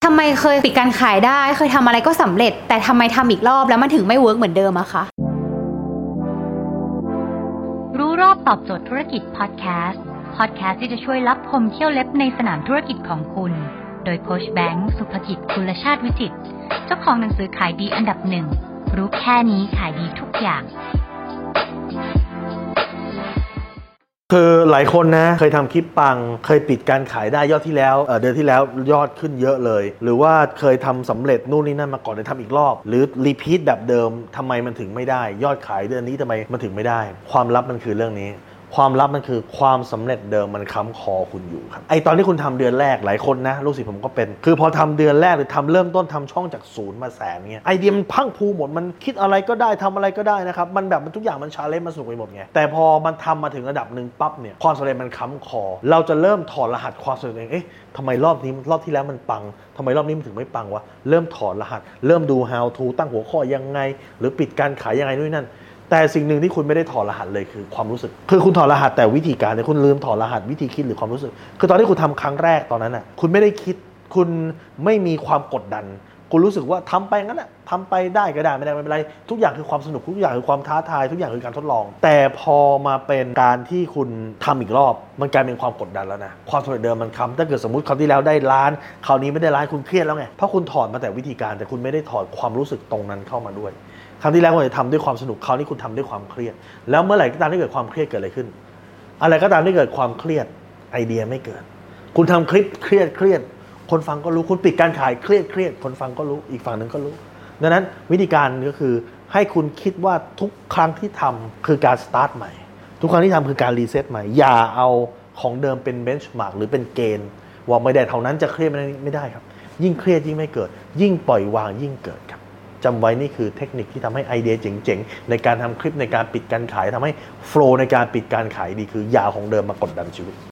ทำไมเคยปิดการขายได้เคยทำอะไรก็สำเร็จแต่ทำไมทำอีกรอบแล้วมันถึงไม่เวิร์กเหมือนเดิมอะคะรู้รอบตอบโจทย์ธุรกิจพอดแคสต์ที่จะช่วยลับพมเที่ยวเล็บในสนามธุรกิจของคุณโดยโค้ชแบงค์สุภกิจกุลชาติวิจิตรเจ้าของหนังสือขายดีอันดับหนึ่งรู้แค่นี้ขายดีทุกอย่างคือหลายคนนะเคยทำคลิปปังเคยปิดการขายได้ยอดที่แล้วเดือนที่แล้วยอดขึ้นเยอะเลยหรือว่าเคยทำสำเร็จนู่นนี่นั่นมาก่อนเลยทำอีกรอบหรือรีพีทแบบเดิมทำไมมันถึงไม่ได้ยอดขายเดือนนี้ทำไมมันถึงไม่ได้ความลับมันคือเรื่องนี้ความลับมันคือความสำเร็จเดิมมันค้ำคอคุณอยู่ครับไอตอนที่คุณทำเดือนแรกหลายคนนะลูกศิษย์ผมก็เป็นคือพอทำเดือนแรกหรือทำเริ่มต้นทำช่องจากศูนย์มาแสนเงี้ยไอเดียมันพังพูหมดมันคิดอะไรก็ได้ทำอะไรก็ได้นะครับมันแบบมันทุกอย่างมันชาเลนจ์มันสนุกไปหมดไงแต่พอมันทำมาถึงระดับหนึ่งปั๊บเนี่ยความสำเร็จมันค้ำคอเราจะเริ่มถอดรหัสความสำเร็จเองทำไมรอบที่แล้วมันปังทำไมรอบนี้มันถึงไม่ปังวะเริ่มถอดรหัสเริ่มดู how to ตั้งหัวข้อยังไงหรือปิดการขายยังไงนู่นนั่นแต่สิ่งหนึ่งที่คุณไม่ได้ถอดรหัสเลยคือความรู้สึกคือคุณถอดรหัสแต่วิธีการเนี่ยคุณลืมถอดรหัสวิธีคิดหรือความรู้สึกคือตอนที่คุณทำครั้งแรกตอนนั้นน่ะคุณไม่ได้คิดคุณไม่มีความกดดันคุณรู้สึกว่าทำไปงั้นแหละทำไปได้ก็ได้ไม่ได้ไม่เป็นไรทุกอย่างคือความสนุกทุกอย่างคือความท้าทายทุกอย่างคือการทดลองแต่พอมาเป็นการที่คุณทำอีกรอบมันกลายเป็นความกดดันแล้วนะความสำเร็จเดิมมันค้ำถ้าเกิดสมมติคราวที่แล้วได้ล้านคราวนี้ไม่ได้ล้านคุณเครียดแล้วไงเพราะคุณถอดมาแต่วิธีการแต่คุณไม่ได้ถอดความรู้สึกตรงนั้นเข้ามาด้วยครั้งที่แล้วคุณจะทำด้วยความสนุกคราวนี้คุณทำด้วยความเครียดแล้วเมื่อไหร่ก็ตามที่เกิดความเครียดเกิดอะไรขึ้นอะไรก็ตามที่เกิดความเครียดไอเดียไม่เกิดคุณทำคลิปเครียดคนฟังก็รู้คุณปิดการขายเครียดคนฟังก็รู้อีกฝั่งนึงก็รู้ดังนั้นวิธีการก็คือให้คุณคิดว่าทุกครั้งที่ทำคือการสตาร์ทใหม่ทุกครั้งที่ทำคือการรีเซ็ตใหม่อย่าเอาของเดิมเป็นเบนช์มาร์กหรือเป็นเกณฑ์ว่าไม่ได้เท่านั้นจะเครียดไม่ได้ครับยิ่งเครียดยิ่งไม่เกิดยิ่งปล่อยวางยิ่งเกิดครับจำไว้นี่คือเทคนิคที่ทำให้ไอเดียเจ๋งๆในการทำคลิปในการปิดการขายทำให้โฟลว์ในการปิดการขายดีคืออย่าของเดิมมากดดันชีวิต